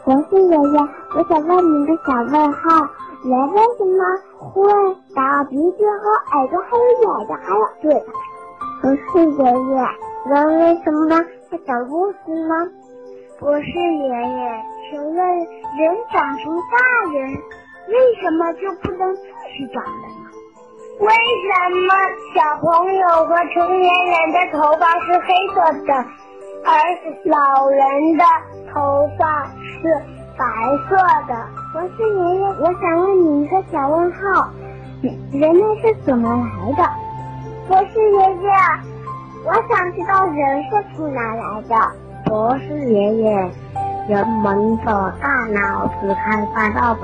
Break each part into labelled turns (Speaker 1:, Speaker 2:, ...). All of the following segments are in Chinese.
Speaker 1: 博士爷爷，我想问您个小问号，人为什么会打鼻子和耳朵还有眼睛还有嘴巴？博士爷爷，人为什么会长胡子呢？博士爷爷，请问人长成大人，为什么就不能继续长了呢？为什么小朋友和成年人的头发是黑色的，而老人的头发是白色的？博士爷爷，我想问你一个小问号，人类是怎么来的？博士爷爷，我想知道人是从哪来的。博士爷爷，人们的大脑只开发到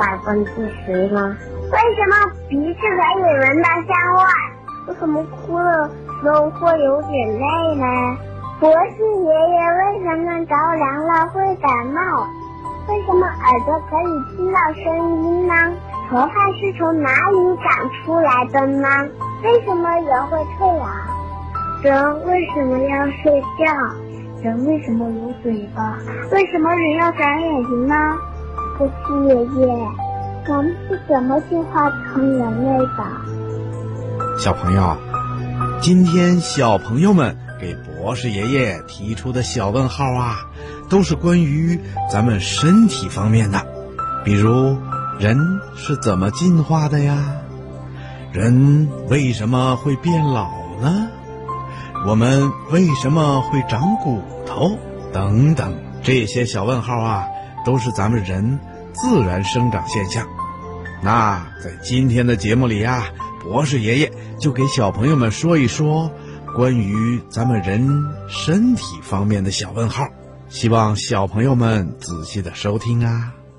Speaker 1: 10%吗？为什么鼻子可以闻到香味？为什么哭的时候会有点累呢？博士爷爷，为什么着凉了会感冒？为什么耳朵可以听到声音呢？头发是从哪里长出来的呢？为什么人会退老？人为什么要睡觉？人为什么有嘴巴？为什么人要长眼睛呢？博士爷爷，我们是怎么进化成人类的？
Speaker 2: 小朋友，今天小朋友们给博士爷爷提出的小问号啊，都是关于咱们身体方面的，比如人是怎么进化的呀？人为什么会变老呢？我们为什么会长骨头？等等，这些小问号啊，都是咱们人自然生长现象。那在今天的节目里啊，博士爷爷就给小朋友们说一说关于咱们人身体方面的小问号，希望小朋友们仔细的收听啊。